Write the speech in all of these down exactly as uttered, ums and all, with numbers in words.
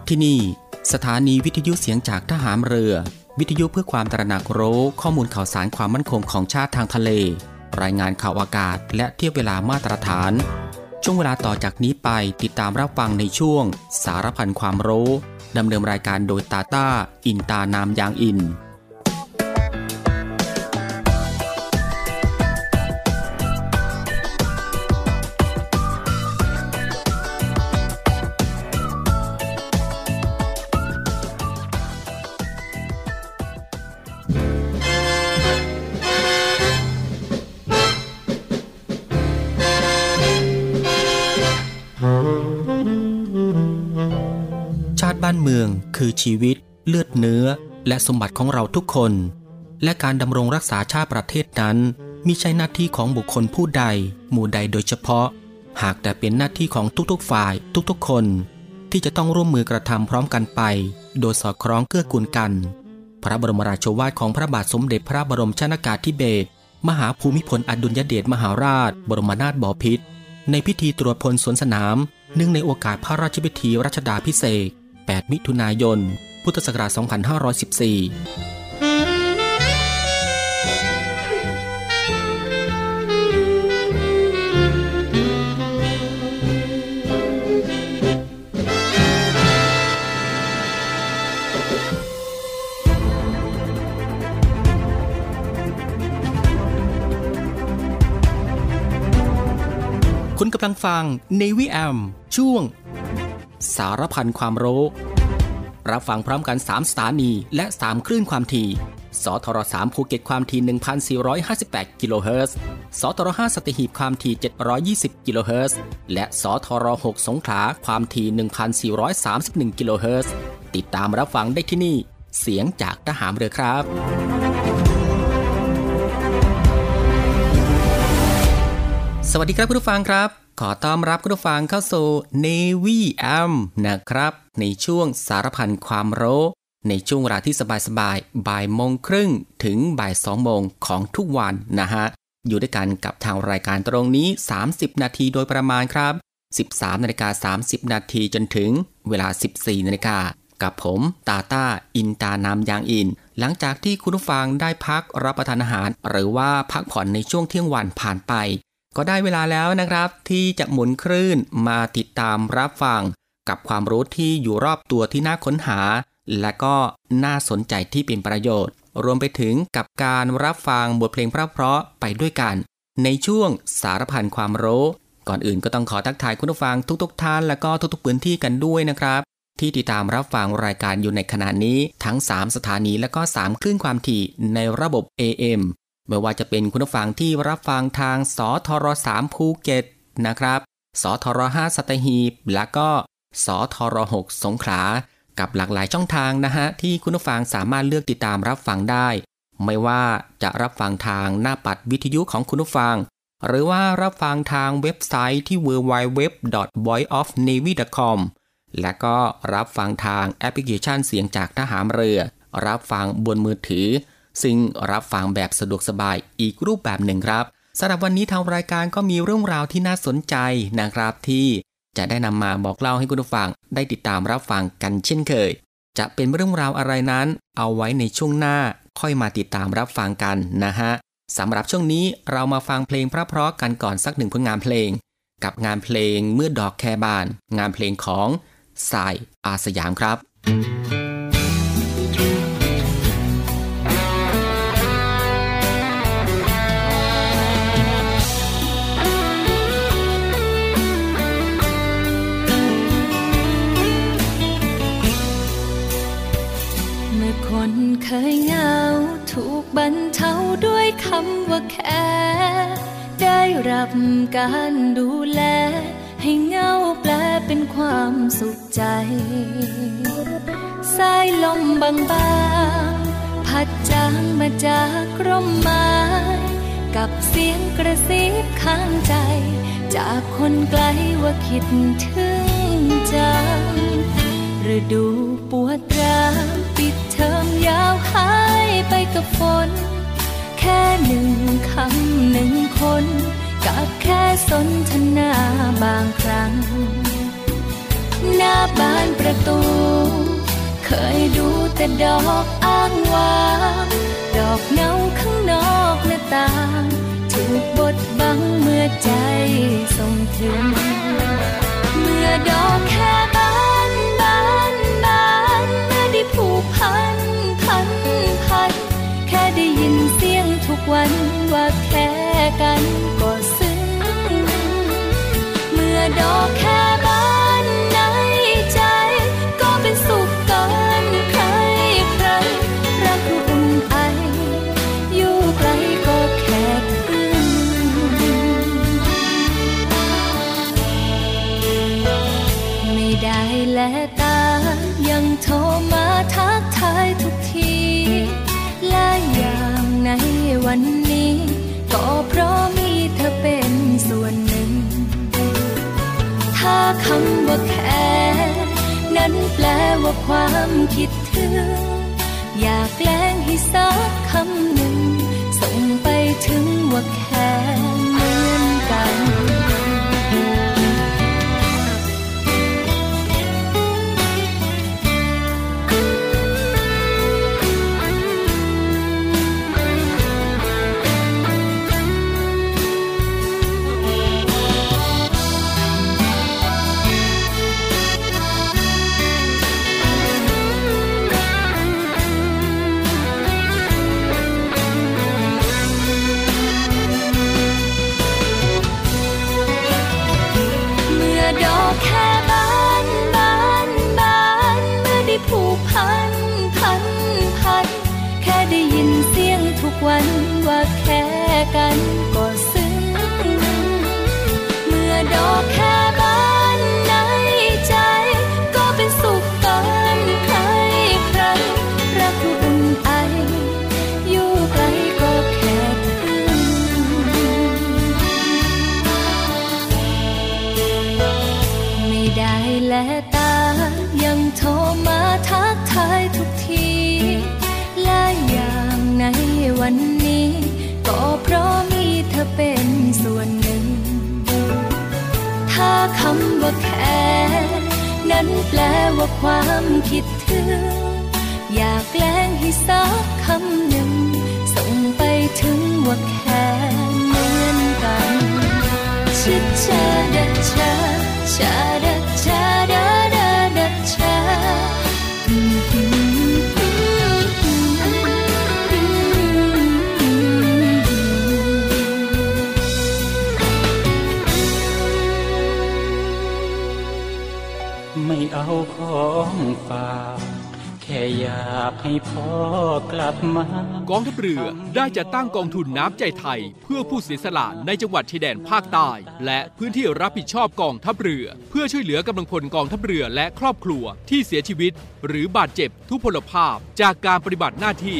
ที่นี่สถานีวิทยุเสียงจากทหารเรือวิทยุเพื่อความตระหนักรู้ข้อมูลข่าวสารความมั่นคงของชาติทางทะเลรายงานข่าวอากาศและเทียบเวลามาตรฐานช่วงเวลาต่อจากนี้ไปติดตามรับฟังในช่วงสารพันความรู้ดำเนินรายการโดยตาต้าอินตานามยางอินชาติบ้านเมืองคือชีวิตเลือดเนื้อและสมบัติของเราทุกคนและการดำรงรักษาชาติประเทศนั้นมิใช่หน้าที่ของบุคคลผู้ใดหมู่ใดโดยเฉพาะหากแต่เป็นหน้าที่ของทุกๆฝ่ายทุกๆคนที่จะต้องร่วมมือกระทำพร้อมกันไปโดยสอดคล้องเกื้อกูลกันพระบรมราโชวาทของพระบาทสมเด็จพระบรมชนกาธิเบศรมหาภูมิพลอดุลยเดชมหาราชบรมนาถบพิตรในพิธีตรวจพลสวนสนามเนื่องในโอกาสพระราชพิธีรัชดาภิเษกแปดมิถุนายนพุทธศักราชสองพันห้าร้อยสิบสี่คุณกำลังฟัง Navy เอ เอ็ม ช่วงสารพันความรู้รับฟังพร้อมกันสามสถานีและสามคลื่นความถี่สทรสามภูเก็ตความถี่ หนึ่งพันสี่ร้อยห้าสิบแปด กิโลเฮิรตซ์สทรห้าสัตหีบความถี่เจ็ดร้อยยี่สิบกิโลเฮิรตซ์และสทรหกสงขลาความถี่ หนึ่งพันสี่ร้อยสามสิบเอ็ด กิโลเฮิรตซ์ติดตามรับฟังได้ที่นี่เสียงจากทหารเรือครับสวัสดีครับคุณผู้ฟังครับขอต้อนรับคุณผู้ฟังเข้าสู่ Navy เอ เอ็ม นะครับในช่วงสารพันความรู้ในช่วงเวลาที่สบายๆบ่ายโมงครึ่งถึงบ่ายสองโมงของทุกวันนะฮะอยู่ด้วยกันกับทางรายการตรงนี้สามสิบนาทีโดยประมาณครับ สิบสามนาฬิกาสามสิบนาทีจนถึงเวลา สิบสี่นาฬิกากับผมตาต้าอินตานามยางอินหลังจากที่คุณผู้ฟังได้พักรับประทานอาหารหรือว่าพักผ่อนในช่วงเที่ยงวันผ่านไปก็ได้เวลาแล้วนะครับที่จะหมุนคลื่นมาติดตามรับฟังกับความรู้ที่อยู่รอบตัวที่น่าค้นหาและก็น่าสนใจที่เป็นประโยชน์รวมไปถึงกับการรับฟังบทเพลงเพราะๆไปด้วยกันในช่วงสารพันความรู้ก่อนอื่นก็ต้องขอทักทายคุณผู้ฟังทุกๆท่านและก็ทุกๆพื้นที่กันด้วยนะครับที่ติดตามรับฟังรายการอยู่ในขณะนี้ทั้งสามสถานีและก็สามคลื่นความถี่ในระบบ เอ เอ็มไม่ว่าจะเป็นคุณผู้ฟังที่รับฟังทางสทรสามภูเก็ตนะครับสทรห้าสัตหีบและก็สทรหกสงขลากับหลากหลายช่องทางนะฮะที่คุณผู้ฟังสามารถเลือกติดตามรับฟังได้ไม่ว่าจะรับฟังทางหน้าปัดวิทยุของคุณผู้ฟังหรือว่ารับฟังทางเว็บไซต์ที่ ดับเบิลยู ดับเบิลยู ดับเบิลยู ดอท วอยซ์ ออฟ เนวี่ ดอท คอม และก็รับฟังทางแอปพลิเคชันเสียงจากทหารเรือรับฟังบนมือถือซึ่งรับฟังแบบสะดวกสบายอีกรูปแบบหนึ่งครับสำหรับวันนี้ทางรายการก็มีเรื่องราวที่น่าสนใจนะครับที่จะได้นำมาบอกเล่าให้คุณผู้ฟังได้ติดตามรับฟังกันเช่นเคยจะเป็นเรื่องราวอะไรนั้นเอาไว้ในช่วงหน้าค่อยมาติดตามรับฟังกันนะฮะสำหรับช่วงนี้เรามาฟังเพลงเพราะๆกันก่อนสักหนึ่งผลงานเพลงกับงานเพลงเมื่อดอกแคบานงานเพลงของสายอาสยามครับคนเคยเหงาถูกบรรเทาด้วยคำว่าแค่ได้รับการดูแลให้เหงาแปลเป็นความสุขใจสายลมบางๆพัดจางมาจากร่มไม้กับเสียงกระซิบข้างใจจากคนไกลว่าคิดถึงจังฤดูปวดร้าวปิดเทอมยาวหายไปกับฝนแค่หนึ่งคำหนึ่งคนกับแค่สนทนาบางครั้งหน้าบ้านประตูเคยดูแต่ดอกอ้างว้างดอกเนาข้างนอกหน้าต่างถูกบดบังเมื่อใจส่งถึงเมื่อดอกแค่บานบานบานเมื่อได้ผูกพันพันพันแค่ได้ยินเสียงทุกวันว่าแค่กันก็ซึ้งเมื่อดอกแค่บานในใจก็เป็นสุขเกินใครใครรักอุ่นไออยู่ไกลก็แค่พึ่งไม่ได้แลตายังโทรมาทักทายทุกทีและอย่างในวันนี้ก็เพราะมีเธอเป็นส่วนหนึ่งถ้าคำว่าแค่นั้นแปลว่าความคิดถึงอยากแกล้งให้สักคำหนึ่งส่งไปถึงว่าแค่เหมือนกันวันว่าแค่กันก็ซึ้งเมื่อดอกแค่บานในใจก็เป็นสุขเกินใครใครรักอุ่นไออยู่ไกลก็แค่พึ่งไม่ได้แลตายังโทรมาทักทายทุกทีและอย่างในวันนี้ก็เพราะมีเธอเป็นส่วนหนึ่งถ้าคำว่าแค่นั้นแปลว่าความคิดถึงอยากแกล้งให้สักคำหนึ่งส่งไปถึงว่าแค่เหมือนกันชิดชาดัดชาชาดัดชาดาดาดัดชาไม่เอาของฝากแค่อยากให้พ่อกลับมากองทัพเรือได้จัดตั้งกองทุนน้ำใจไทยเพื่อผู้เสียสละในจังหวัดชายแดนภาคใต้และพื้นที่รับผิดชอบกองทัพเรือเพื่อช่วยเหลือกำลังพลกองทัพเรือและครอบครัวที่เสียชีวิตหรือบาดเจ็บทุพพลภาพจากการปฏิบัติหน้าที่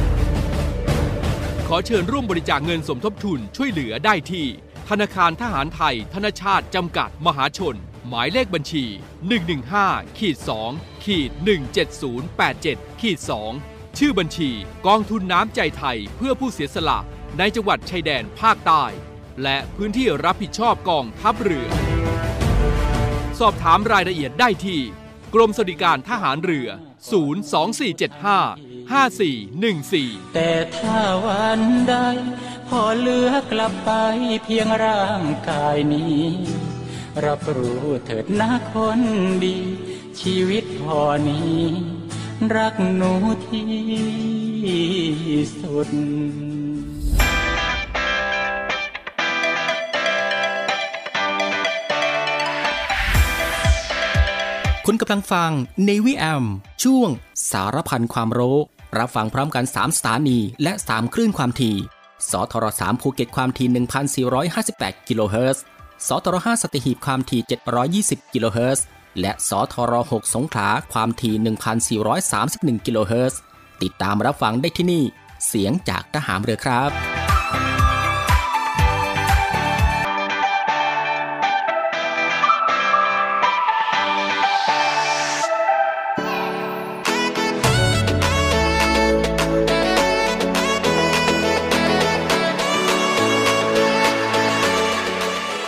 ขอเชิญร่วมบริจาคเงินสมทบทุนช่วยเหลือได้ที่ธนาคารทหารไทยธนชาติจำกัดมหาชนหมายเลขบัญชี หนึ่ง หนึ่ง ห้า สอง หนึ่ง เจ็ด ศูนย์ แปด เจ็ด สอง ชื่อบัญชีกองทุนน้ำใจไทยเพื่อผู้เสียสละในจังหวัดชายแดนภาคใต้และพื้นที่รับผิดชอบกองทัพเรือสอบถามรายละเอียดได้ที่กรมสวัสดิการทหารเรือศูนย์ สอง สี่ เจ็ด ห้า ห้า สี่ หนึ่ง สี่แต่ถ้าวันใดพอเหลือกลับไปเพียงร่างกายนี้รับรู้เถิดนะคนดีชีวิตพอนี้รักหนูที่สุดคุณกำลังฟัง Navy เอ เอ็ม ช่วงสารพันความรู้รับฟังพร้อมกันสามสถานีและสามคลื่นความถี่สทรสามภูเก็ตความถี่ หนึ่งพันสี่ร้อยห้าสิบแปด กิโลเฮิรตซ์สทรห้าสัตหีบความถี่เจ็ดร้อยยี่สิบกิโลเฮิรตซ์และสทรหกสงขลาความถี่ หนึ่งพันสี่ร้อยสามสิบเอ็ด กิโลเฮิรตซ์ติดตามรับฟังได้ที่นี่เสียงจากทหารเรือครับ ก็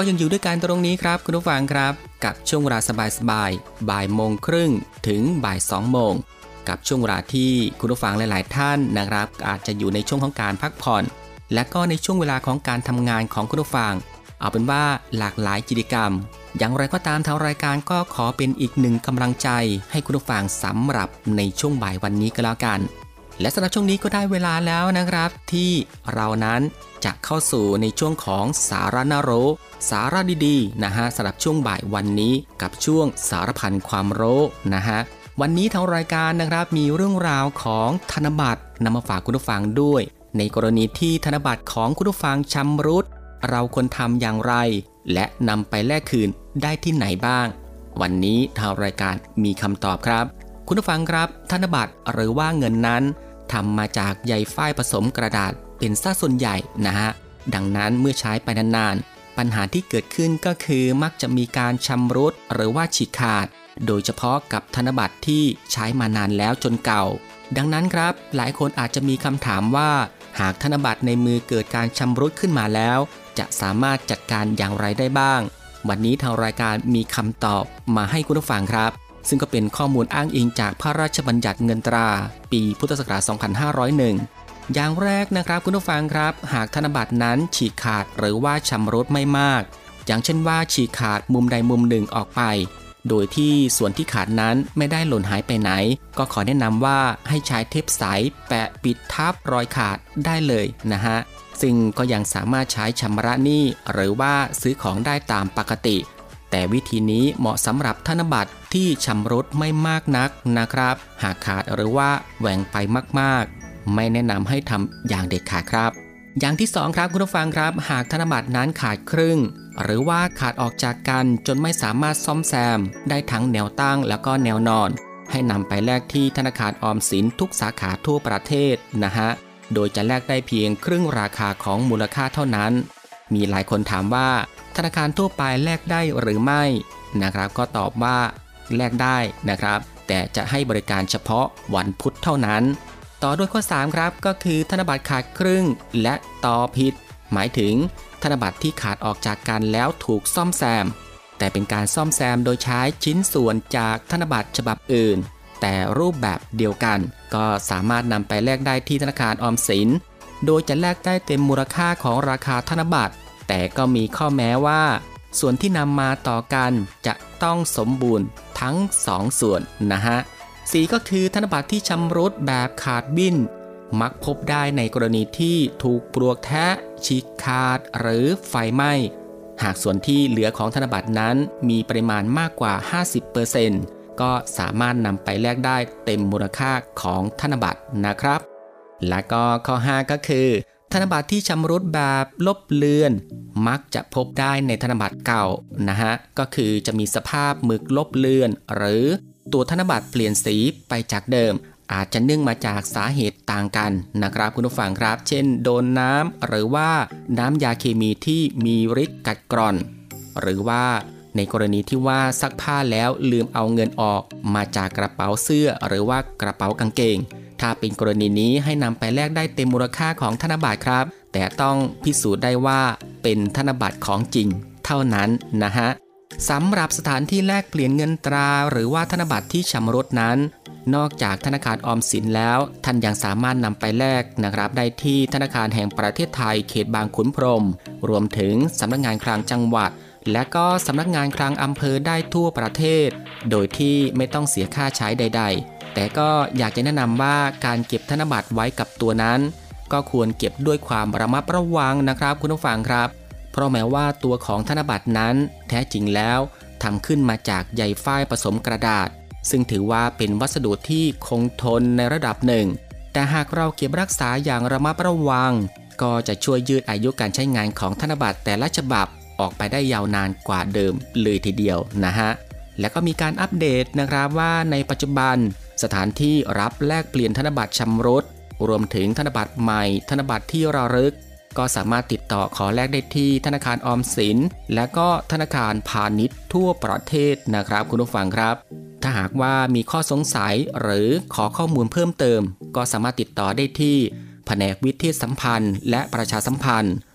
ยังอยู่ด้วยกันตรงนี้ครับคุณผู้ฟังครับกับช่วงเวลาสบายๆบ่ายโมงครึ่งถึงบ่ายสองโมงกับช่วงเวลาที่คุณผู้ฟังหลายๆท่านนะครับอาจจะอยู่ในช่วงของการพักผ่อนและก็ในช่วงเวลาของการทำงานของคุณผู้ฟังเอาเป็นว่าหลากหลายกิจกรรมอย่างไรก็ตามทางรายการก็ขอเป็นอีกหนึ่งกำลังใจให้คุณผู้ฟังสำหรับในช่วงบ่ายวันนี้ก็แล้วกันและสำหรับช่วงนี้ก็ได้เวลาแล้วนะครับที่เรานั้นจะเข้าสู่ในช่วงของสาระน่ารู้สาระดีๆนะฮะสำหรับช่วงบ่ายวันนี้กับช่วงสารพันความรู้นะฮะวันนี้ทางรายการนะครับมีเรื่องราวของธนบัตรนำมาฝากคุณผู้ฟังด้วยในกรณีที่ธนบัตรของคุณผู้ฟังชำรุดเราควรทำอย่างไรและนำไปแลกคืนได้ที่ไหนบ้างวันนี้ทางรายการมีคำตอบครับคุณผู้ฟังครับธนบัตรหรือว่าเงินนั้นทำมาจากใยฝ้ายผสมกระดาษเป็นซะส่วนใหญ่นะฮะดังนั้นเมื่อใช้ไปนานๆปัญหาที่เกิดขึ้นก็คือมักจะมีการชำรุดหรือว่าฉีกขาดโดยเฉพาะกับธนบัตรที่ใช้มานานแล้วจนเก่าดังนั้นครับหลายคนอาจจะมีคำถามว่าหากธนบัตรในมือเกิดการชำรุดขึ้นมาแล้วจะสามารถจัดการอย่างไรได้บ้างวันนี้ทางรายการมีคำตอบมาให้คุณผู้ฟังครับซึ่งก็เป็นข้อมูลอ้างอิงจากพระราชบัญญัติเงินตราปีพุทธศักราชสองพันห้าร้อยเอ็ดอย่างแรกนะครับคุณผู้ฟังครับหากธนบัตรนั้นฉีกขาดหรือว่าชำรุดไม่มากอย่างเช่นว่าฉีกขาดมุมใดมุมหนึ่งออกไปโดยที่ส่วนที่ขาดนั้นไม่ได้หล่นหายไปไหนก็ขอแนะนำว่าให้ใช้เทปใสแปะปิดทับรอยขาดได้เลยนะฮะซึ่งก็ยังสามารถใช้ชำระหนี้หรือว่าซื้อของได้ตามปกติแต่วิธีนี้เหมาะสำหรับธนบัตรที่ชำรุดไม่มากนักนะครับหากขาดหรือว่าแหว่งไปมากๆไม่แนะนำให้ทำอย่างเด็ดขาดครับอย่างที่สองครับคุณผู้ฟังครับหากธนบัตรนั้นขาดครึ่งหรือว่าขาดออกจากกันจนไม่สามารถซ่อมแซมได้ทั้งแนวตั้งแล้วก็แนวนอนให้นำไปแลกที่ธนาคารออมสินทุกสาขาทั่วประเทศนะฮะโดยจะแลกได้เพียงครึ่งราคาของมูลค่าเท่านั้นมีหลายคนถามว่าธนาคารทั่วไปแลกได้หรือไม่นะครับก็ตอบว่าแลกได้นะครับแต่จะให้บริการเฉพาะวันพุธเท่านั้นต่อด้วยข้อสามครับก็คือธนบัตรขาดครึ่งและต่อผิดหมายถึงธนบัตรที่ขาดออกจากกันแล้วถูกซ่อมแซมแต่เป็นการซ่อมแซมโดยใช้ชิ้นส่วนจากธนบัตรฉบับอื่นแต่รูปแบบเดียวกันก็สามารถนำไปแลกได้ที่ธนาคารออมสินโดยจะแลกได้เต็มมูลค่าของราคาธนบัตรแต่ก็มีข้อแม้ว่าส่วนที่นำมาต่อกันจะต้องสมบูรณ์ทั้งสองส่วนนะฮะสี่ก็คือธนบัตรที่ชำรุดแบบขาดบิ้นมักพบได้ในกรณีที่ถูกปลวกแทะฉีกขาดหรือไฟไหม้หากส่วนที่เหลือของธนบัตรนั้นมีปริมาณมากกว่า ห้าสิบเปอร์เซ็นต์ ก็สามารถนำไปแลกได้เต็มมูลค่าของธนบัตรนะครับและก็ข้อห้าก็คือธนบัตรที่ชำรุดแบบลบเลือนมักจะพบได้ในธนบัตรเก่านะฮะก็คือจะมีสภาพหมึกลบเลือนหรือตัวธนบัตรเปลี่ยนสีไปจากเดิมอาจจะเนื่องมาจากสาเหตุต่างกันนะครับคุณผู้ฟังครับเช่นโดนน้ำหรือว่าน้ำยาเคมีที่มีฤทธิ์กัดกร่อนหรือว่าในกรณีที่ว่าซักผ้าแล้วลืมเอาเงินออกมาจากกระเป๋าเสื้อหรือว่ากระเป๋ากางเกงถ้าเป็นกรณีนี้ให้นำไปแลกได้เต็มมูลค่าของธนบัตรครับแต่ต้องพิสูจน์ได้ว่าเป็นธนบัตรของจริงเท่านั้นนะฮะสำหรับสถานที่แลกเปลี่ยนเงินตราหรือว่าธนบัตรที่ชำรุดนั้นนอกจากธนาคารออมสินแล้วท่านยังสามารถนำไปแลกนะครับได้ที่ธนาคารแห่งประเทศไทยเขตบางขุนพรหมรวมถึงสำนักงานคลังจังหวัดและก็สำนักงานคลังอำเภอได้ทั่วประเทศโดยที่ไม่ต้องเสียค่าใช้ใดๆแต่ก็อยากจะแนะนำว่าการเก็บธนบัตรไว้กับตัวนั้นก็ควรเก็บด้วยความระมัดระวังนะครับคุณผู้ฟังครับเพราะแม้ว่าตัวของธนบัตรนั้นแท้จริงแล้วทำขึ้นมาจากใยฝ้ายผสมกระดาษซึ่งถือว่าเป็นวัสดุที่คงทนในระดับหนึ่งแต่หากเราเก็บรักษาอย่างระมัดระวังก็จะช่วยยืดอายุการใช้งานของธนบัตรแต่ละฉบับออกไปได้ยาวนานกว่าเดิมเลยทีเดียวนะฮะและก็มีการอัปเดตนะครับว่าในปัจจุบันสถานที่รับแลกเปลี่ยนธนบัตรชำรุดรวมถึงธนบัตรใหม่ธนบัตรที่ระลึกก็สามารถติดต่อขอแลกได้ที่ธนาคารออมสินและก็ธนาคารพาณิชย์ทั่วประเทศนะครับคุณผู้ฟังครับถ้าหากว่ามีข้อสงสัยหรือขอข้อมูลเพิ่มเติมก็สามารถติดต่อได้ที่แผนกวิทยาสัมพันธ์และประชาสัมพันธ์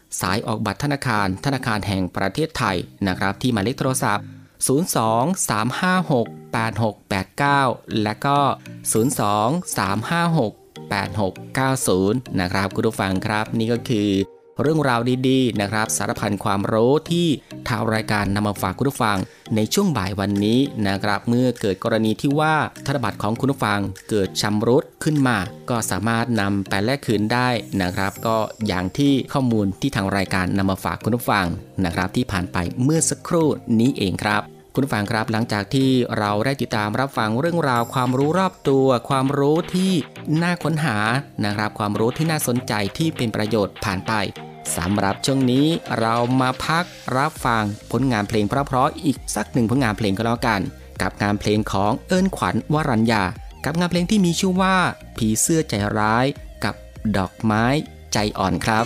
สายออกบัตรธนาคารธนาคารแห่งประเทศไทยนะครับที่หมายเลขโทรศัพท์ศูนย์ สอง สาม ห้า หก แปด หก แปด เก้าและก็ศูนย์ สอง สาม ห้า หก แปด หก เก้า ศูนย์นะครับคุณผู้ฟังครับนี่ก็คือเรื่องราวดีๆนะครับสารพันความรู้ที่ทางรายการนำมาฝากคุณผู้ฟังในช่วงบ่ายวันนี้นะครับเมื่อเกิดกรณีที่ว่าธนบัตรของคุณผู้ฟังเกิดชำรุดขึ้นมาก็สามารถนำไปแลกคืนได้นะครับก็อย่างที่ข้อมูลที่ทางรายการนำมาฝากคุณผู้ฟังนะครับที่ผ่านไปเมื่อสักครู่นี้เองครับคุณผู้ฟังครับหลังจากที่เราได้ติดตามรับฟังเรื่องราวความรู้รอบตัวความรู้ที่น่าค้นหานะครับความรู้ที่น่าสนใจที่เป็นประโยชน์ผ่านไปสำหรับช่วงนี้เรามาพักรับฟังผลงานเพลงเพราะๆอีกสักหนึ่งผลงานเพลงก็แล้วกันกับงานเพลงของเอิ้นขวัญวรัญญากับงานเพลงที่มีชื่อว่าผีเสื้อใจร้ายกับดอกไม้ใจอ่อนครับ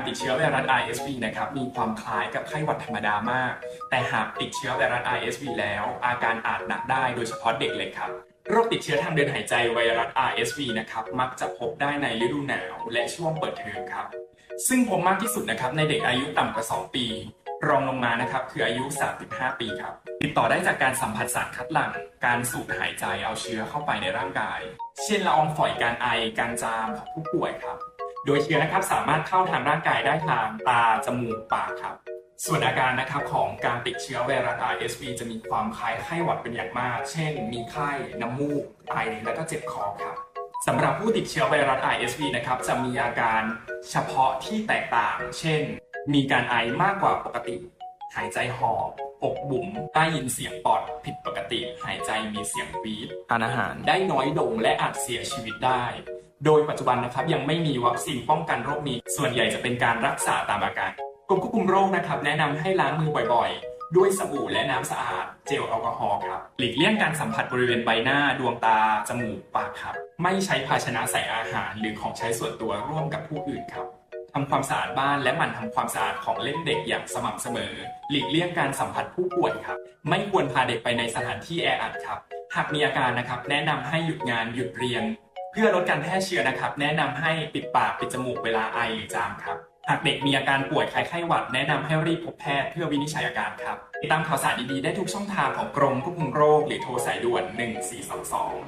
ติดเชื้อไวรัส อาร์ เอส วี นะครับมีความคล้ายกับไข้หวัดธรรมดามากแต่หากติดเชื้อไวรัส อาร์ เอส วี แล้วอาการอาจหนักได้โดยเฉพาะเด็กเล็กครับโรคติดเชื้อทางเดินหายใจไวรัส อาร์ เอส วี นะครับมักจะพบได้ในฤดูหนาวและช่วงเปิดเทอมครับซึ่งพบมากที่สุดนะครับในเด็กอายุต่ำกว่าสองปีรองลงมานะครับคืออายุสามสิบห้าปีครับติดต่อได้จากการสัมผัสสารคัดหลั่งการสูดหายใจเอาเชื้อเข้าไปในร่างกายเช่นละอองฝอยการไอการจามของผู้ป่วยครับโดยเชื้อนะครับสามารถเข้าทางร่างกายได้ทางตาจมูกปากครับส่วนอาการนะครับของการติดเชื้อไวรัส อาร์ เอส วี จะมีความคล้ายไข้หวัดเป็นอย่างมากเช่นมีไข้น้ำมูกไอและก็เจ็บคอครับสำหรับผู้ติดเชื้อไวรัส อาร์ เอส วี นะครับจะมีอาการเฉพาะที่แตกต่างเช่นมีการไอมากกว่าปกติหายใจหอบอกบุ๋มได้ยินเสียงปอดผิดปกติหายใจมีเสียงวีดทานอาหารได้น้อยลงและอาจเสียชีวิตได้โดยปัจจุบันนะครับยังไม่มีวัคซีนป้องกันโรคนี้ส่วนใหญ่จะเป็นการรักษาตามอาการกรมควบคุมโรคนะครับแนะนำให้ล้างมือบ่อยๆด้วยสบู่และน้ำสะอาดเจลแอลกอฮอล์ครับหลีกเลี่ยงการสัมผัสบริเวณใบหน้าดวงตาจมูกปากครับไม่ใช้ภาชนะใส่อาหารหรือของใช้ส่วนตัวร่วมกับผู้อื่นครับทำความสะอาดบ้านและหมั่นทำความสะอาดของเล่นเด็กอย่างสม่ำเสมอหลีกเลี่ยงการสัมผัสผู้ป่วยครับไม่ควรพาเด็กไปในสถานที่แออัดครับหากมีอาการนะครับแนะนำให้หยุดงานหยุดเรียนเพื่อลดการแพร่เชื้อนะครับแนะนำให้ปิดปากปิดจมูกเวลาไอหรือจามครับหากเด็กมีอาการป่วยคล้ายไข้หวัดแนะนำให้รีบพบแพทย์เพื่อวินิจฉัยอาการครับติดตามข่าวสารดีๆได้ทุกช่องทางของกรมควบคุมโรคหรือโทรสายด่วนหนึ่งสี่สองสอง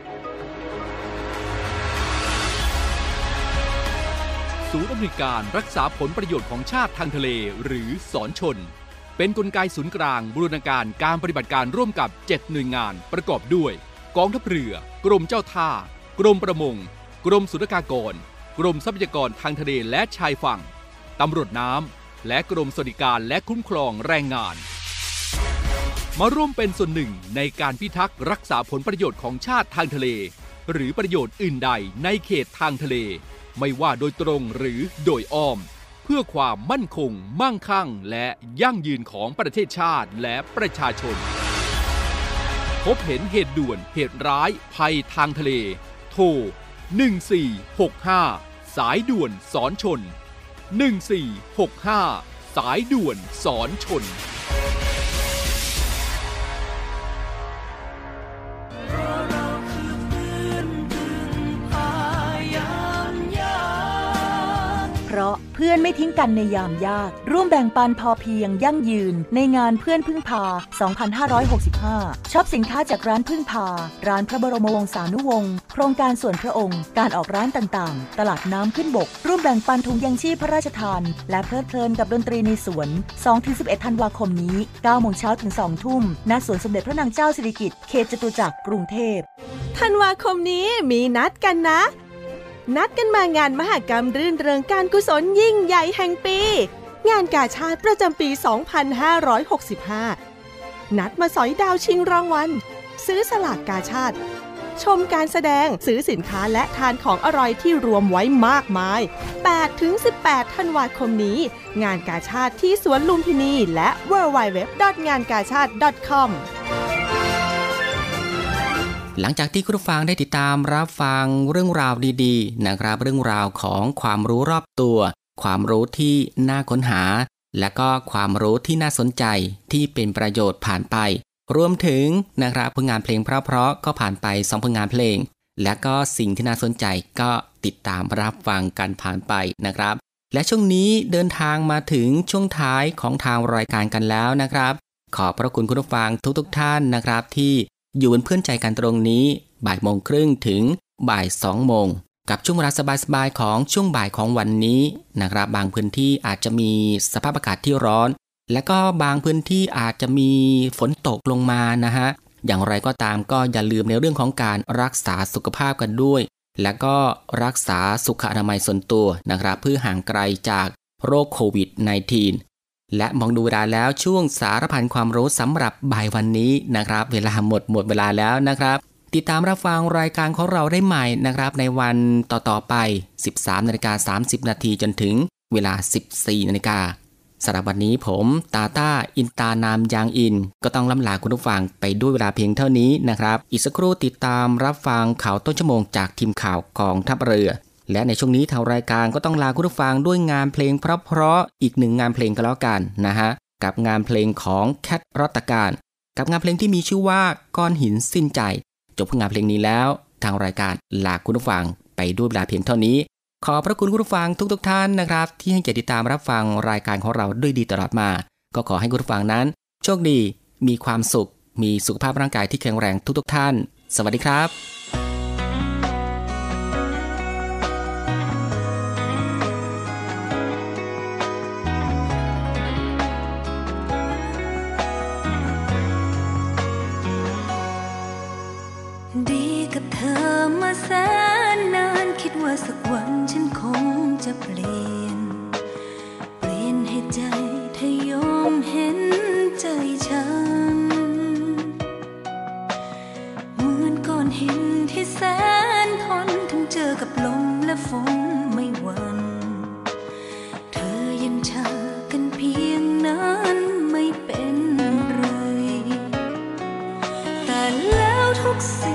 ศูนย์อำนวยการรักษาผลประโยชน์ของชาติทางทะเลหรือศรชนเป็นกลไกศูนย์กลางบูรณาการการปฏิบัติการร่วมกับเจ็ดหน่วยงานประกอบด้วยกองทัพเรือกรมเจ้าท่ากรมประมงกรมศุลกากรกรมทรัพยากรทางทะเลและชายฝั่งตำรวจน้ำและกรมสวัสดิการและคุ้มครองแรงงานมาร่วมเป็นส่วนหนึ่งในการพิทักษ์รักษาผลประโยชน์ของชาติทางทะเลหรือประโยชน์อื่นใดในเขตทางทะเลไม่ว่าโดยตรงหรือโดยอ้อมเพื่อความมั่นคงมั่งคั่งและยั่งยืนของประเทศชาติและประชาชนพบเห็นเหตุด่วนเหตุร้ายภัยทางทะเลโทรหนึ่งสี่หกห้าสายด่วนสอนชนหนึ่งสี่หกห้าสายด่วนสอนชนเพราะเพื่อนไม่ทิ้งกันในยามยากร่วมแบ่งปันพอเพียงยั่งยืนในงานเพื่อนพึ่งพาสองพันห้าร้อยหกสิบห้าช็อปสินค้าจากร้านพึ่งพาร้านพระบรมวงศานุวงศ์โครงการส่วนพระองค์การออกร้านต่างๆตลาดน้ำขึ้นบกร่วมแบ่งปันถุงยังชีพพระราชทานและเพลิดเพลินกับดนตรีในสวน สองถึงสิบเอ็ด ธันวาคมนี้เก้าโมงเช้าถึงสองทุ่มณสวนสมเด็จพระนางเจ้าสิริกิติ์เขตจตุจักรกรุงเทพธันวาคมนี้มีนัดกันนะนัดกันมางานมหกรรมรื่นเริงการกุศลยิ่งใหญ่แห่งปีงานกาชาดประจำปี สองพันห้าร้อยหกสิบห้า นัดมาสอยดาวชิงรางวัลซื้อสลากกาชาดชมการแสดงซื้อสินค้าและทานของอร่อยที่รวมไว้มากมาย แปดถึงสิบแปด ธันวาคมนี้งานกาชาดที่สวนลุมพินีและ ดับเบิลยู ดับเบิลยู ดับเบิลยู ดอท งานกาชาด ดอท คอมหลังจากที่คุณผู้ฟังได้ติดตามรับฟังเรื่องราวดีๆนะครับเรื่องราวของความรู้รอบตัวความรู้ที่น่าค้นหาและก็ความรู้ที่น่าสนใจที่เป็นประโยชน์ผ่านไปรวมถึงนะครับผลงานเพลงเพราะๆก็ผ่านไปสองผลงานเพลงและก็สิ่งที่น่าสนใจก็ติดตามรับฟังกันผ่านไปนะครับและช่วงนี้เดินทางมาถึงช่วงท้ายของทางรายการกันแล้วนะครับขอบพระคุณคุณผู้ฟังทุกๆท่านนะครับที่อยู่เป็นเพื่อนใจกันตรงนี้บ่ายโมงครึ่งถึงบ่ายสองโมงกับช่วงเวลาสบายๆของช่วงบ่ายของวันนี้นะครับบางพื้นที่อาจจะมีสภาพอากาศที่ร้อนและก็บางพื้นที่อาจจะมีฝนตกลงมานะฮะอย่างไรก็ตามก็อย่าลืมในเรื่องของการรักษาสุขภาพกันด้วยและก็รักษาสุขอนามัยส่วนตัวนะครับเพื่อห่างไกลจากโรคโควิด สิบเก้าและมองดูเวลาแล้วช่วงสารพันความรู้สำหรับบ่ายวันนี้นะครับเวลาหมดหมดเวลาแล้วนะครับติดตามรับฟังรายการของเราได้ใหม่นะครับในวันต่อๆไป สิบสามนาฬิกาสามสิบ นาทีจนถึงเวลา สิบสี่นาฬิกาสำหรับวันนี้ผมตาต้าอินตานามยางอินก็ต้องล่ำลาคุณผู้ฟังไปด้วยเวลาเพียงเท่านี้นะครับอีกสักครู่ติดตามรับฟังข่าวต้นชั่วโมงจากทีมข่าวกองทัพเรือและในช่วงนี้ทางรายการก็ต้องลาคุณผู้ฟังด้วยงานเพลงเพราะๆอีกหนึ่งงานเพลงก็แล้วกันนะฮะกับงานเพลงของแคทรัตการกับงานเพลงที่มีชื่อว่าก้อนหินสิ้นใจจบงานเพลงนี้แล้วทางรายการลาคุณผู้ฟังไปด้วยเวลาเพียงเท่านี้ขอบพระคุณคุณผู้ฟังทุกๆท่านนะครับที่ให้เกียรติติดตามรับฟังรายการของเราด้วยดีตลอดมาก็ขอให้คุณผู้ฟังนั้นโชคดีมีความสุขมีสุขภาพร่างกายที่แข็งแรงทุกๆท่านสวัสดีครับดีกับเธอมาแสนนานคิดว่าสักวันฉันคงจะเปลี่ยนเปลี่ยนให้ใจเธอยอมเห็นใจฉันเหมือนก้อนหินที่แสนทนถึงเจอกับลมและฝนไม่หวั่นเธอยังชากันเพียงนั้นไม่เป็นไรแต่แล้วทุกสิ่ง